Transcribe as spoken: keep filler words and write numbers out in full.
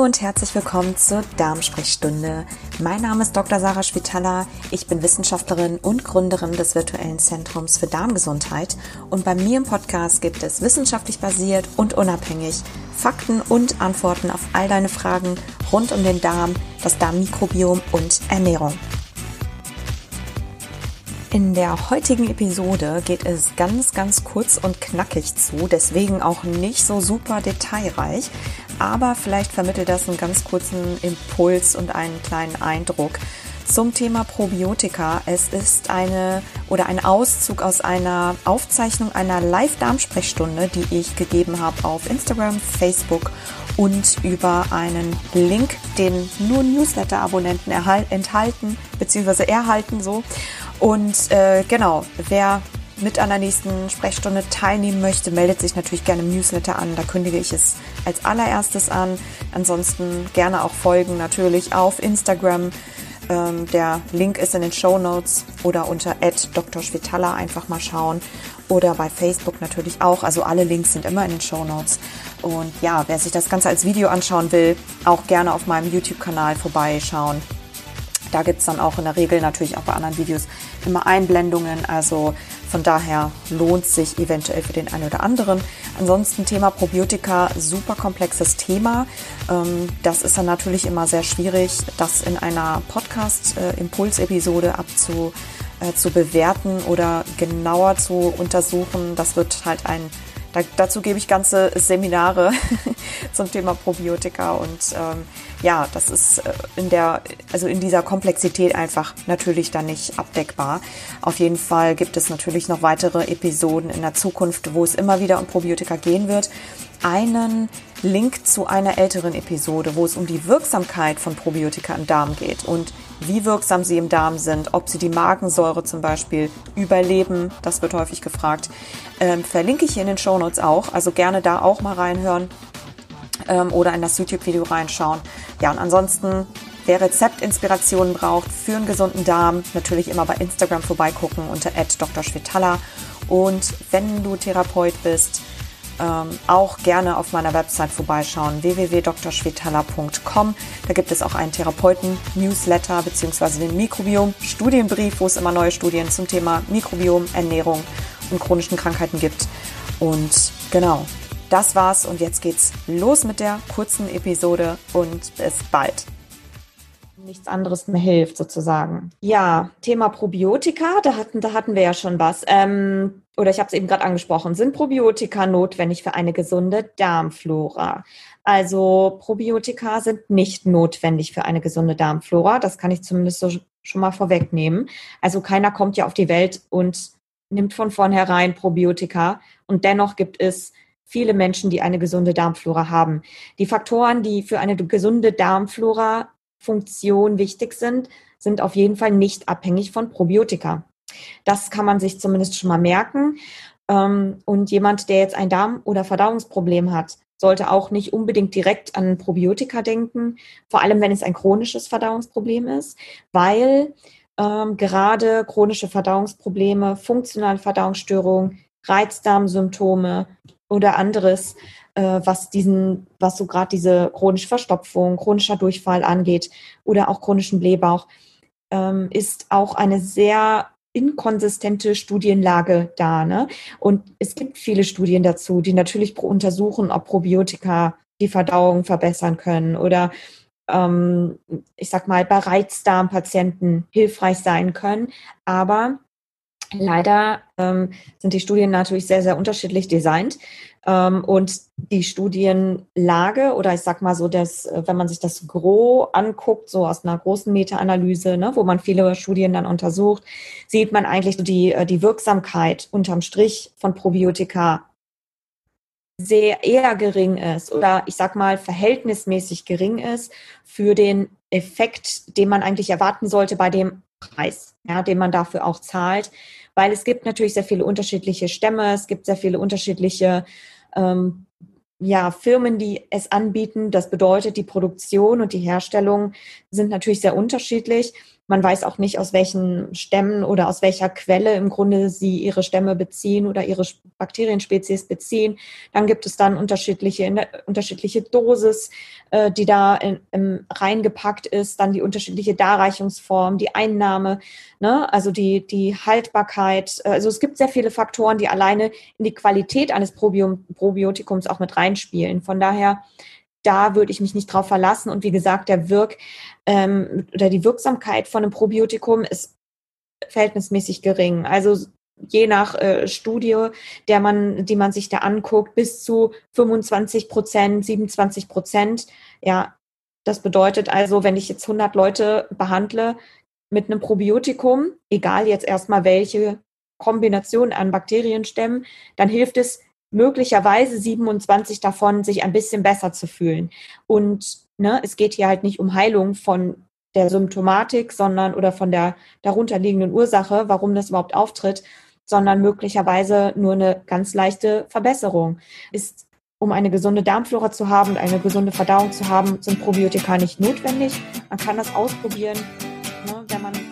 Hallo und herzlich willkommen zur Darmsprechstunde. Mein Name ist Doktor Sarah Schwitaler. Ich bin Wissenschaftlerin und Gründerin des virtuellen Zentrums für Darmgesundheit. Und bei mir im Podcast gibt es wissenschaftlich basiert und unabhängig Fakten und Antworten auf all deine Fragen rund um den Darm, das Darmmikrobiom und Ernährung. In der heutigen Episode geht es ganz, ganz kurz und knackig zu, deswegen auch nicht so super detailreich, aber vielleicht vermittelt das einen ganz kurzen Impuls und einen kleinen Eindruck zum Thema Probiotika. Es ist eine oder ein Auszug aus einer Aufzeichnung einer Live-Darmsprechstunde, die ich gegeben habe auf Instagram, Facebook und über einen Link, den nur Newsletter-Abonnenten erhal- enthalten bzw. erhalten so. Und äh, genau, wer mit an der nächsten Sprechstunde teilnehmen möchte, meldet sich natürlich gerne im Newsletter an. Da kündige ich es als allererstes an. Ansonsten gerne auch folgen natürlich auf Instagram. Ähm, der Link ist in den Shownotes oder unter at Doktor Schwitaler einfach mal schauen. Oder bei Facebook natürlich auch. Also alle Links sind immer in den Shownotes. Und ja, wer sich das Ganze als Video anschauen will, auch gerne auf meinem YouTube-Kanal vorbeischauen. Da gibt's dann auch in der Regel natürlich auch bei anderen Videos immer Einblendungen. Also von daher lohnt sich eventuell für den einen oder anderen. Ansonsten Thema Probiotika, super komplexes Thema. Das ist dann natürlich immer sehr schwierig, das in einer Podcast-Impulsepisode abzu, äh, zu bewerten oder genauer zu untersuchen. Das wird halt ein Da, dazu gebe ich ganze Seminare zum Thema Probiotika und ähm, ja, das ist in der, also in dieser Komplexität einfach natürlich dann nicht abdeckbar. Auf jeden Fall gibt es natürlich noch weitere Episoden in der Zukunft, wo es immer wieder um Probiotika gehen wird. Einen Link zu einer älteren Episode, wo es um die Wirksamkeit von Probiotika im Darm geht und wie wirksam sie im Darm sind, ob sie die Magensäure zum Beispiel überleben, das wird häufig gefragt, ähm, verlinke ich hier in den Shownotes auch, also gerne da auch mal reinhören ähm, oder in das YouTube-Video reinschauen. Ja, und ansonsten, wer Rezeptinspirationen braucht für einen gesunden Darm, natürlich immer bei Instagram vorbeigucken unter at Doktor Schwitaler. Und wenn du Therapeut bist, Ähm, auch gerne auf meiner Website vorbeischauen, w w w punkt doktor schwitaler punkt com. Da gibt es auch einen Therapeuten-Newsletter bzw. den Mikrobiom-Studienbrief, wo es immer neue Studien zum Thema Mikrobiom, Ernährung und chronischen Krankheiten gibt. Und genau, das war's und jetzt geht's los mit der kurzen Episode und bis bald. Nichts anderes mehr hilft sozusagen. Ja, Thema Probiotika, da hatten, da hatten wir ja schon was. Ähm, oder ich habe es eben gerade angesprochen. Sind Probiotika notwendig für eine gesunde Darmflora? Also Probiotika sind nicht notwendig für eine gesunde Darmflora. Das kann ich zumindest so schon mal vorwegnehmen. Also keiner kommt ja auf die Welt und nimmt von vornherein Probiotika. Und dennoch gibt es viele Menschen, die eine gesunde Darmflora haben. Die Faktoren, die für eine gesunde Darmflora Funktion wichtig sind, sind auf jeden Fall nicht abhängig von Probiotika. Das kann man sich zumindest schon mal merken. Und jemand, der jetzt ein Darm- oder Verdauungsproblem hat, sollte auch nicht unbedingt direkt an Probiotika denken, vor allem wenn es ein chronisches Verdauungsproblem ist, weil ähm, gerade chronische Verdauungsprobleme, funktionale Verdauungsstörungen, Reizdarmsymptome oder anderes, was diesen, was so gerade diese chronische Verstopfung, chronischer Durchfall angeht oder auch chronischen Blähbauch, ähm, ist auch eine sehr inkonsistente Studienlage da. Ne? Und es gibt viele Studien dazu, die natürlich untersuchen, ob Probiotika die Verdauung verbessern können oder ähm, ich sag mal bei Reizdarmpatienten hilfreich sein können. Aber leider ähm, sind die Studien natürlich sehr, sehr unterschiedlich designt. Ähm, und die Studienlage oder ich sag mal so, dass, wenn man sich das Gros anguckt, so aus einer großen Meta-Analyse, ne, wo man viele Studien dann untersucht, sieht man eigentlich so die, die Wirksamkeit unterm Strich von Probiotika sehr eher gering ist oder ich sag mal verhältnismäßig gering ist für den Effekt, den man eigentlich erwarten sollte bei dem Preis, ja, den man dafür auch zahlt. Weil es gibt natürlich sehr viele unterschiedliche Stämme, es gibt sehr viele unterschiedliche ähm, ja, Firmen, die es anbieten. Das bedeutet, die Produktion und die Herstellung sind natürlich sehr unterschiedlich. Man weiß auch nicht, aus welchen Stämmen oder aus welcher Quelle im Grunde sie ihre Stämme beziehen oder ihre Bakterienspezies beziehen. Dann gibt es dann unterschiedliche, unterschiedliche Dosis, äh, die da in, in, reingepackt ist, dann die unterschiedliche Darreichungsform, die Einnahme, ne? Also die, die Haltbarkeit. Also es gibt sehr viele Faktoren, die alleine in die Qualität eines Probi- Probiotikums auch mit reinspielen. Von daher, da würde ich mich nicht drauf verlassen. Und wie gesagt, der Wirk ähm, oder die Wirksamkeit von einem Probiotikum ist verhältnismäßig gering. Also je nach äh, Studie, der man, die man sich da anguckt, bis zu fünfundzwanzig Prozent, siebenundzwanzig Prozent. Ja, das bedeutet also, wenn ich jetzt hundert Leute behandle mit einem Probiotikum, egal jetzt erstmal welche Kombination an Bakterienstämmen, dann hilft es möglicherweise siebenundzwanzig davon, sich ein bisschen besser zu fühlen. Und ne, es geht hier halt nicht um Heilung von der Symptomatik, sondern oder von der darunterliegenden Ursache, warum das überhaupt auftritt, sondern möglicherweise nur eine ganz leichte Verbesserung. Ist, um eine gesunde Darmflora zu haben, eine gesunde Verdauung zu haben, sind Probiotika nicht notwendig. Man kann das ausprobieren, ne, wenn man